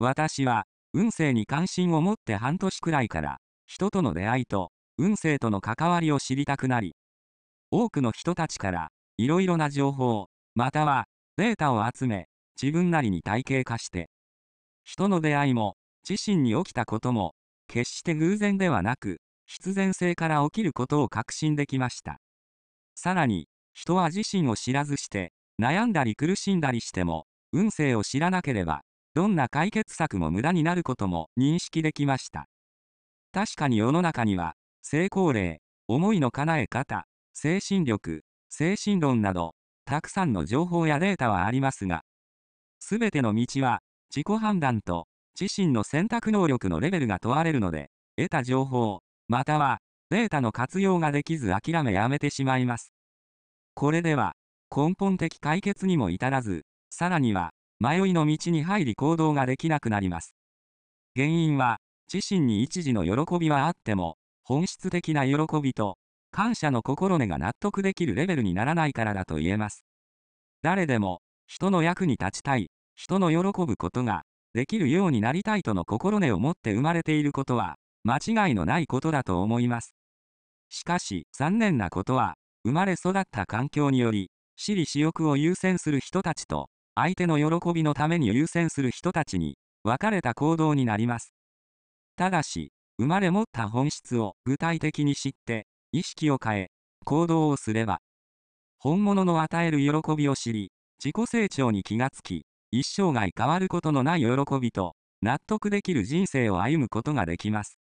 私は、運勢に関心を持って半年くらいから、人との出会いと、運勢との関わりを知りたくなり、多くの人たちから、いろいろな情報、または、データを集め、自分なりに体系化して、人の出会いも、自身に起きたことも、決して偶然ではなく、必然性から起きることを確信できました。さらに、人は自身を知らずして、悩んだり苦しんだりしても、運勢を知らなければ、どんな解決策も無駄になることも認識できました。確かに世の中には、成功例、思いの叶え方、精神力、精神論など、たくさんの情報やデータはありますが、すべての道は、自己判断と、自身の選択能力のレベルが問われるので、得た情報、または、データの活用ができず諦めやめてしまいます。これでは、根本的解決にも至らず、さらには、迷いの道に入り行動ができなくなります。原因は、自身に一時の喜びはあっても、本質的な喜びと、感謝の心根が納得できるレベルにならないからだと言えます。誰でも、人の役に立ちたい、人の喜ぶことが、できるようになりたいとの心根を持って生まれていることは、間違いのないことだと思います。しかし、残念なことは、生まれ育った環境により、私利私欲を優先する人たちと、相手の喜びのために優先する人たちに、分かれた行動になります。ただし、生まれ持った本質を具体的に知って、意識を変え、行動をすれば、本物の与える喜びを知り、自己成長に気がつき、一生涯変わることのない喜びと、納得できる人生を歩むことができます。